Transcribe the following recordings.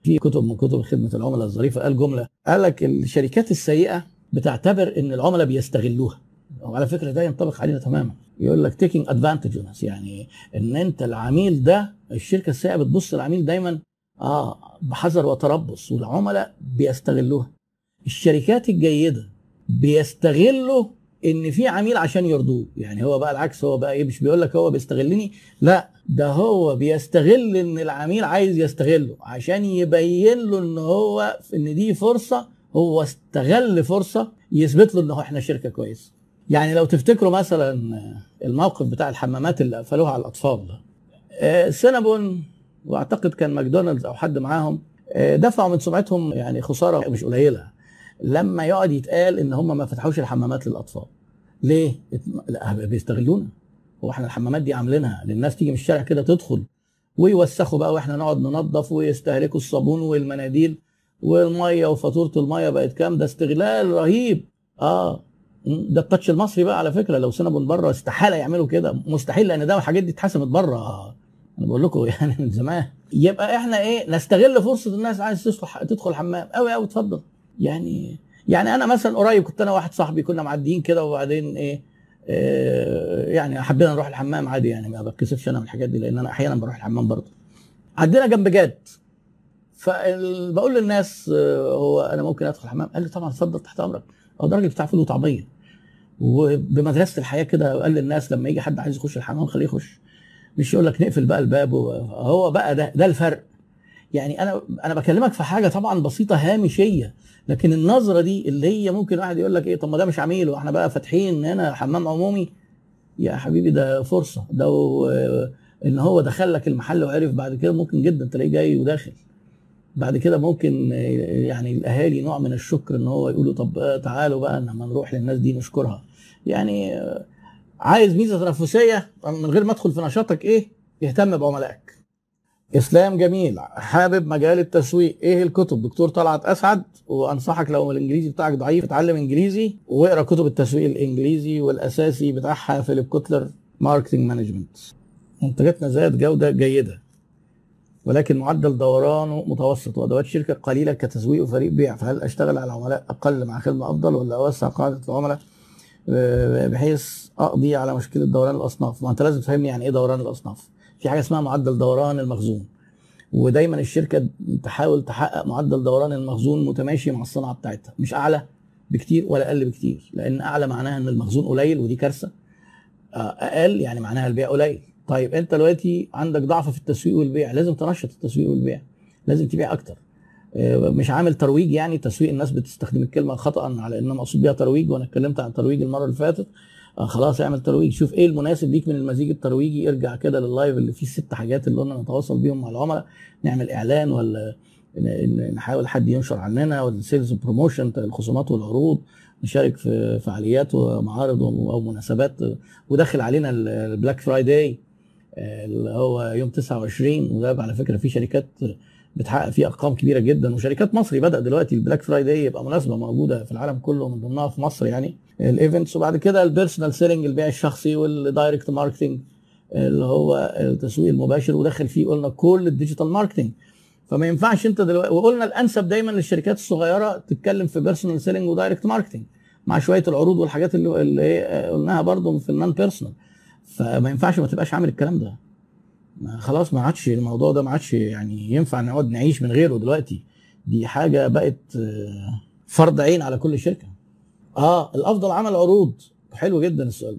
في كتب من كتب خدمه العملاء الظريفه قال جمله، قال لك الشركات السيئه بتعتبر ان العملاء بيستغلوها، وعلى فكره ده ينطبق علينا تماما. يقول لك تيكينج ادفانتج ناس، يعني ان انت العميل ده، الشركه السيئه بتبص العميل دايما بحذر وتربص، والعملاء بيستغلوها. الشركات الجيده بيستغلوا ان في عميل عشان يرضوه، يعني هو بقى العكس، هو بقى ايه، مش بيقول لك هو بيستغلني، لا ده هو بيستغل ان العميل عايز يستغله عشان يبين له ان هو ان دي فرصه، هو استغل فرصه يثبت له ان احنا شركه كويسه. يعني لو تفتكروا مثلا الموقف بتاع الحمامات اللي قفلوها على الاطفال ده، سينابون واعتقد كان ماكدونالدز او حد معاهم، دفعوا من سمعتهم يعني خساره مش قليله لما يقعد يتقال ان هم ما فتحوش الحمامات للاطفال. ليه؟ لا بيستغلونا. هو احنا الحمامات دي عاملينها للناس تيجي من الشارع كده تدخل ويوسخوا بقى، واحنا نقعد ننظف ويستهلكوا الصابون والمناديل والميه، وفاتوره الميه بقت كام؟ ده استغلال رهيب. ده التاتش المصري بقى على فكره، لو سينابون بره استحاله يعملوا كده، مستحيل، لان ده الحاجات دي اتحسمت بره. انا بقول لكم يعني من زمان. يبقى احنا ايه، نستغل فرصه الناس عايز تدخل حمام قوي قوي، اتفضل. يعني انا مثلا قريب كنت انا واحد صاحبي كنا معديين كده، وبعدين ايه، يعني حبينا نروح الحمام عادي، يعني ما بتكسفش انا من الحاجات دي لان انا احيانا بروح الحمام برضه. عدينا جنب جاد، فبقول للناس هو انا ممكن ادخل الحمام؟ قال لي طبعا اتفضل تحت امرك. هو ده راجل بتاع فول وطعميه، وبمدرسه الحياه كده قال للناس لما يجي حد عايز يخش الحمام خليه يخش، مش يقول لك نقفل بقى الباب. هو بقى ده الفرق. يعني انا بكلمك في حاجه طبعا بسيطه هامشيه، لكن النظره دي اللي هي ممكن واحد يقول لك ايه، طب ما ده مش عميل واحنا بقى فاتحين هنا حمام عمومي. يا حبيبي ده فرصه، ده ان هو دخل لك المحل وعرف، بعد كده ممكن جدا تلاقيه جاي وداخل. بعد كده ممكن يعني الاهالي نوع من الشكر ان هو يقولوا طب تعالوا بقى لما نروح للناس دي نشكرها. يعني عايز ميزه تنافسيه من غير ما ادخل في نشاطك، ايه، اهتم بعملائك. اسلام جميل حابب مجال التسويق، ايه الكتب؟ دكتور طلعت اسعد، وانصحك لو الانجليزي بتاعك ضعيف اتعلم انجليزي واقرا كتب التسويق الانجليزي، والاساسي بتاعها فيليب كوتلر ماركتنج مانجمنت. منتجاتنا ذات جوده جيده ولكن معدل دورانه متوسط، وادوات شركه قليله كتسويق وفريق بيع، فهل اشتغل على عملاء اقل مع خدمه افضل، ولا اوسع قاعده العملاء بحيث اقضي على مشكله دوران الاصناف؟ ما انت لازم تفهمني يعني ايه دوران الاصناف. في حاجه اسمها معدل دوران المخزون، ودايما الشركه تحاول تحقق معدل دوران المخزون متماشي مع الصناعه بتاعتها، مش اعلى بكتير ولا اقل بكتير، لان اعلى معناها ان المخزون قليل ودي كارثه، اقل يعني معناها البيع قليل. طيب انت دلوقتي عندك ضعف في التسويق والبيع، لازم تنشط التسويق والبيع، لازم تبيع اكتر. مش عامل ترويج، يعني تسويق الناس بتستخدم الكلمه خطا على انها مقصود بيها ترويج، وانا اتكلمت عن الترويج المره اللي فاتت. خلاص اعمل ترويج، شوف ايه المناسب ليك من المزيج الترويجي، ارجع كده لللايف اللي فيه ال6 حاجات اللي قلنا نتواصل بيهم مع العملاء، نعمل اعلان ولا نحاول حد ينشر عننا، ولا سيلز بروموشن الخصومات والعروض، نشارك في فعاليات ومعارض او مناسبات، ودخل علينا البلاك فرايداي اللي هو يوم 29، وده على فكره في شركات بتحقق فيه ارقام كبيره جدا، وشركات مصري بدا دلوقتي البلاك فرايداي يبقى مناسبه موجوده في العالم كله، من ضمنها في مصر يعني الايفنتس. وبعد كده البيرسونال سيلينج البيع الشخصي، والدايركت ماركتنج اللي هو التسويق المباشر، ودخل فيه قلنا كل الديجيتال ماركتنج. فما ينفعش انت دلوقتي، وقلنا الانسب دايما للشركات الصغيره تتكلم في بيرسونال سيلينج ودايركت ماركتنج مع شويه العروض والحاجات اللي قلناها برضو في النون بيرسونال. فما ينفعش ما تبقاش عامل الكلام ده. خلاص ما عادش الموضوع ده، ما عادش يعني ينفع نقعد نعيش من غيره دلوقتي، دي حاجه بقت فرض عين على كل شركه. الافضل عمل عروض، حلو جدا السؤال ده.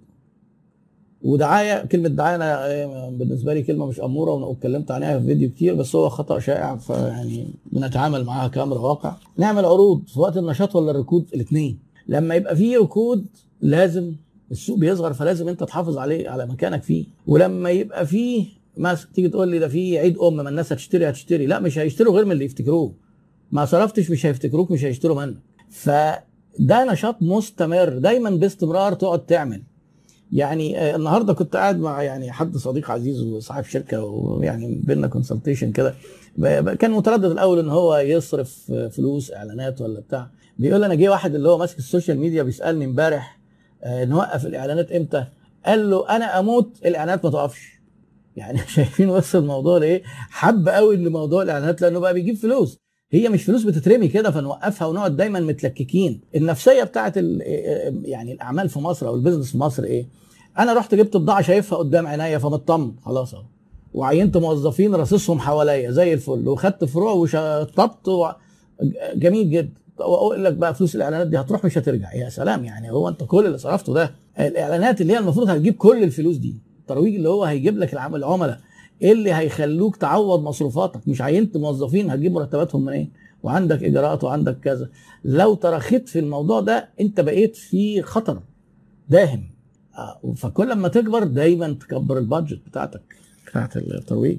ودعايه، كلمه دعايه انا بالنسبه لي كلمه مش اموره، واتكلمت عليها في فيديو كتير، بس هو خطا شائع، فيعني بنتعامل معاها كامر واقع. نعمل عروض في وقت النشاط ولا الركود؟ الاثنين. لما يبقى فيه ركود لازم السوق بيصغر، فلازم انت تحافظ على مكانك فيه. ولما يبقى فيه مثلا تيجي تقول لي ده في عيد ما الناس هتشتري، لا مش هيشتروا غير من اللي يفتكروه، ما صرفتش مش هيفتكروك، مش هيشتروا منك. فده نشاط مستمر دايما باستمرار تقعد تعمل. يعني النهارده كنت قاعد مع يعني حد صديق عزيز وصاحب شركه، ويعني بينا كونسلتيشن كده، كان متردد الاول ان هو يصرف فلوس اعلانات ولا بتاع. بيقول انا جه واحد اللي هو ماسك السوشيال ميديا بيسالني امبارح نوقف الاعلانات امتى؟ قال له انا اموت الاعلانات ما تقفش. يعني شايفين وصل الموضوع لايه؟ حب قوي ان موضوع الاعلانات لانه بقى بيجيب فلوس. هي مش فلوس بتترمي كده فنوقفها ونقعد دايما متلككين. النفسيه بتاعت يعني الاعمال في مصر او البيزنس في مصر ايه؟ انا رحت جبت بضاعه شايفها قدام عينيا فمطمن خلاص اهو، وعينت موظفين راصصهم حواليا زي الفل، وخدت فروع وشطبت جميل جدا. واقول لك بقى فلوس الاعلانات دي هتروح مش هترجع. يا سلام، يعني هو انت كل اللي صرفته ده الاعلانات اللي هي المفروض هتجيب كل الفلوس دي، الترويج اللي هو هيجيب لك العملاء اللي هيخلوك تعوض مصروفاتك، مش عينت موظفين هتجيب مرتباتهم منين؟ وعندك ايجارات وعندك كذا. لو ترخيت في الموضوع ده انت بقيت في خطر داهم. فكل ما تكبر دايما تكبر البادجت بتاعت الترويج.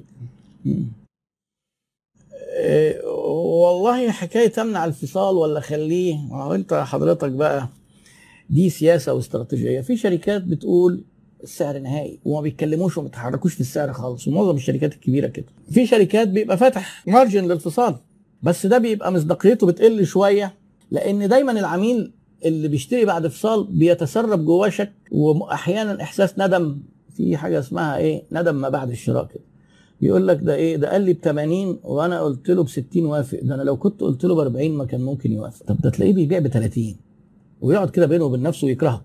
والله حكايه تمنع الفصال ولا خليه، انت حضرتك بقى دي سياسه واستراتيجيه. في شركات بتقول السعر نهائي وما بيتكلموش وما بيتحركوش في السعر خالص، ومعظم الشركات الكبيره كده. في شركات بيبقى فاتح مارجن للفصال، بس ده بيبقى مصداقيته بتقل شويه، لان دايما العميل اللي بيشتري بعد فصال بيتسرب جواه شك واحيانا احساس ندم. في حاجه اسمها ايه؟ ندم ما بعد الشراء كده. بيقول لك ده ايه؟ ده قال لي ب 80 وانا قلت له ب 60 وافق، ده انا لو كنت قلت له ب 40 ما كان ممكن يوافق. طب ده تلاقيه بيبيع ب 30 ويقعد كده بينه وبين نفسه ويكرهك.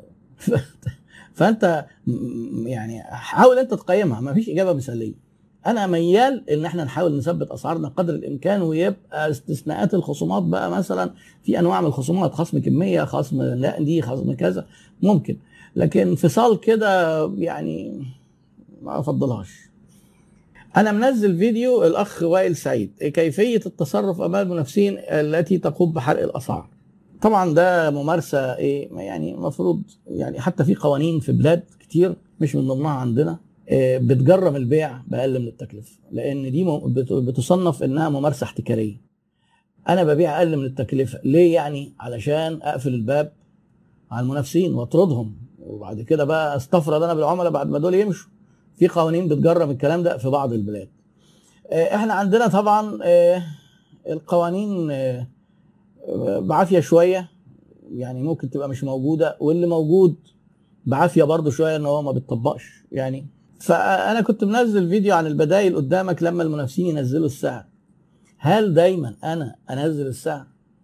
فانت يعني حاول انت تقيمها، ما فيش اجابه مثاليه. انا ميال ان احنا نحاول نثبت اسعارنا قدر الامكان، ويبقى استثناءات الخصومات بقى مثلا في انواع من الخصومات، خصم كميه، خصم لا دي، خصم كذا ممكن، لكن انفصال كده يعني ما افضلهاش. انا منزل فيديو الاخ وائل سعيد كيفيه التصرف امام المنافسين التي تقوم بحرق الاسعار. طبعا ده ممارسه ايه يعني المفروض، يعني حتى في قوانين في بلاد كتير مش من ضمنها عندنا بتجرم البيع باقل من التكلفه، لان دي بتصنف انها ممارسه احتكاريه. انا ببيع اقل من التكلفه ليه؟ يعني علشان اقفل الباب على المنافسين واطردهم، وبعد كده بقى استفرد انا بالعملاء بعد ما دول يمشوا. في قوانين بتجرم الكلام ده في بعض البلاد. احنا عندنا طبعا القوانين بعافيه شويه، يعني ممكن تبقى مش موجوده، واللي موجود بعافيه برضو شويه ان هو ما بيتطبقش يعني. فانا كنت منزل فيديو عن البدائل قدامك لما المنافسين ينزلوا السعر. هل دايما انا انزل السعر؟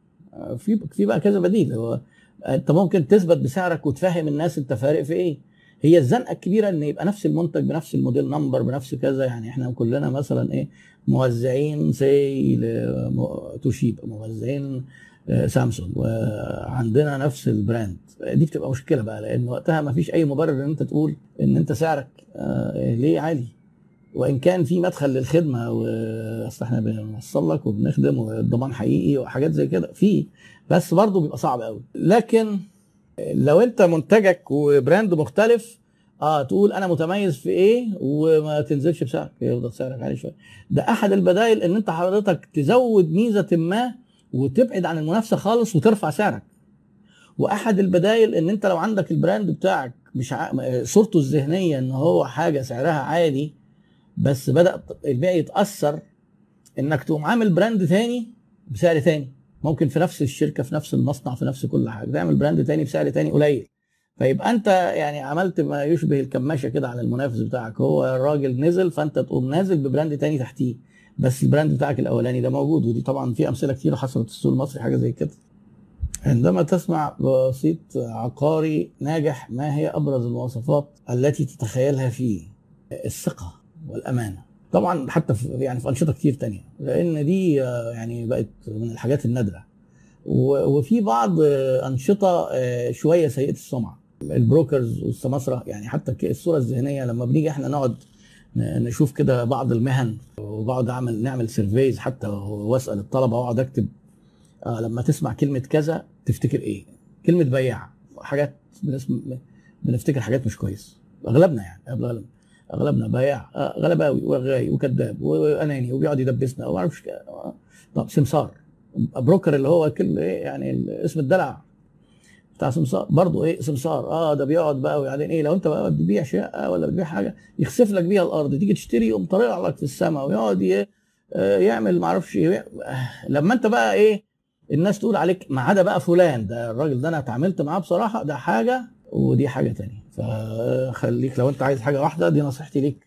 في بقى كذا بديل. هو انت ممكن تثبت بسعرك وتفهم الناس انت فارق في ايه. هي الزنقه الكبيره ان يبقى نفس المنتج بنفس الموديل نمبر بنفس كذا. يعني احنا كلنا مثلا ايه، موزعين زي توشيبا، موزعين سامسونج، وعندنا نفس البراند. دي بتبقى مشكله بقى، لان وقتها ما فيش اي مبرر ان انت تقول ان انت سعرك ليه عالي، وان كان في مدخل للخدمه، واصل احنا بنوصل لك وبنخدم والضمان حقيقي وحاجات زي كده في، بس برضه بيبقى صعب قوي. لكن لو انت منتجك وبراند مختلف تقول انا متميز في ايه وما تنزلش بسعرك، يفضل سعرك عالي شويه. ده احد البدائل، ان انت حضرتك تزود ميزه ما وتبعد عن المنافسه خالص وترفع سعرك. واحد البدائل ان انت لو عندك البراند بتاعك مش صورته الذهنيه ان هو حاجه سعرها عالي، بس بدأ البيع يتأثر، انك تقوم عامل براند تاني بسعر تاني. ممكن في نفس الشركة في نفس المصنع في نفس كل حاجة تعمل براند تاني بسعر تاني قليل، فيبقى انت يعني عملت ما يشبه الكماشة كده على المنافس بتاعك. هو الراجل نزل فانت تقوم نازل ببراند تاني تحتيه، بس البراند بتاعك الاولاني ده موجود. ودي طبعا في امثلة كتير حصلت في السوق المصري حاجة زي كده. عندما تسمع بوسيط عقاري ناجح، ما هي ابرز المواصفات التي تتخيلها فيه؟ الثقة والامانه. طبعا حتى في انشطه كتير تانية، لان دي يعني بقت من الحاجات النادره. وفي بعض انشطه شويه سيئه السمعه، البروكرز والسماسره. يعني حتى الصوره الذهنيه لما بنيجي احنا نقعد نشوف كده بعض المهن، وبقعد نعمل سيرفيز حتى واسال الطلبه واقعد اكتب لما تسمع كلمه كذا تفتكر ايه؟ كلمه بياع. حاجات بنفتكر حاجات مش كويس اغلبنا، يعني اغلبنا بياع غلباوي ورغاي وكذاب واناني وبيقعد يدبسنا وما اعرفش. طب سمسار، بروكر اللي هو كل ايه يعني اسم الدلع بتاع سمسار برضه ايه سمسار. ده بيقعد بقى وبعدين ايه لو انت بقى بتبيع شقه ولا بتبيع حاجه يخسف لك بيها الارض، تيجي تشتري يقوم طالع لك في السماء ويقعد يعمل ما اعرفش ايه. لما انت بقى ايه الناس تقول عليك ما عدا بقى فلان ده الراجل ده انا اتعاملت معاه بصراحه، ده حاجه ودي حاجه تانية. فخليك لو انت عايز حاجه واحده، دي نصيحتي ليك،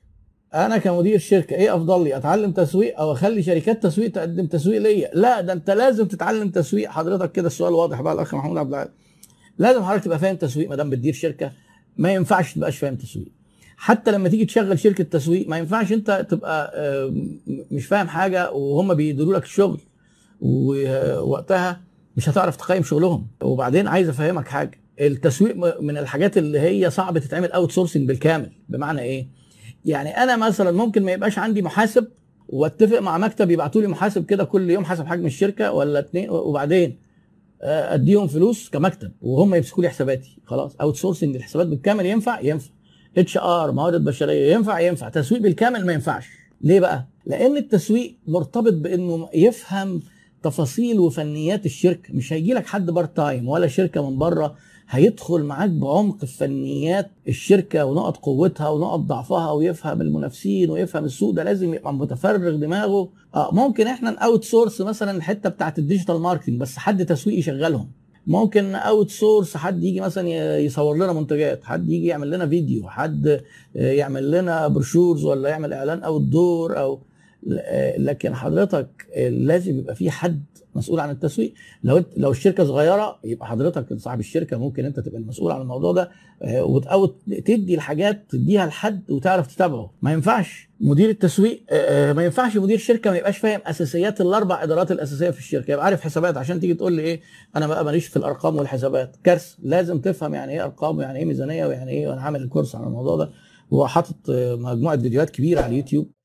انا كمدير شركه ايه افضل لي، اتعلم تسويق او اخلي شركات تسويق تقدم تسويق ليا؟ لا، ده انت لازم تتعلم تسويق حضرتك. كده السؤال واضح بقى الاخ محمود عبد العال. لازم حضرتك تبقى فاهم تسويق ما دام بتدير شركه. ما ينفعش تبقاش فاهم تسويق. حتى لما تيجي تشغل شركه تسويق ما ينفعش انت تبقى مش فاهم حاجه وهم بيديروا لك الشغل، ووقتها مش هتعرف تقيم شغلهم. وبعدين عايز افهمك حاجه، التسويق من الحاجات اللي هي صعب تتعمل اوت سورسنج بالكامل. بمعنى ايه؟ يعني انا مثلا ممكن ما يبقاش عندي محاسب واتفق مع مكتب يبعتوا لي محاسب كده كل يوم حسب حجم الشركه ولا اتنين، وبعدين اديهم فلوس كمكتب وهم يمسكوا لي حساباتي. خلاص اوت سورسنج الحسابات بالكامل ينفع؟ ينفع. اتش ار موارد بشريه ينفع؟ ينفع. تسويق بالكامل ما ينفعش. ليه بقى؟ لان التسويق مرتبط بانه يفهم تفاصيل وفنيات الشركه. مش هيجي لك حد بارت تايم ولا شركه من بره هيدخل معاك بعمق في فنيات الشركه ونقط قوتها ونقط ضعفها ويفهم المنافسين ويفهم السوق. ده لازم يبقى متفرغ دماغه. ممكن احنا اوت سورس مثلا الحته بتاعت الديجيتال ماركتنج بس حد تسويق يشغلهم. ممكن اوت سورس حد يجي مثلا يصور لنا منتجات، حد يجي يعمل لنا فيديو، حد يعمل لنا بروشورز ولا يعمل اعلان اوت دور او. لكن حضرتك لازم يبقى في حد مسؤول عن التسويق. لو الشركه صغيره يبقى حضرتك صاحب الشركه ممكن انت تبقى المسؤول عن الموضوع ده، او تدي الحاجات تديها لحد وتعرف تتابعه. ما ينفعش مدير التسويق ما ينفعش مدير شركه ما يبقاش فاهم اساسيات الاربع ادارات الاساسيه في الشركه. يبقى عارف حسابات عشان تيجي تقول لي ايه انا بقى ماليش في الارقام والحسابات. كارثه. لازم تفهم يعني ايه ارقام ويعني ايه ميزانيه ويعني ايه. وانا عامل الكورس عن الموضوع ده وحاطط مجموعه فيديوهات كبيره على اليوتيوب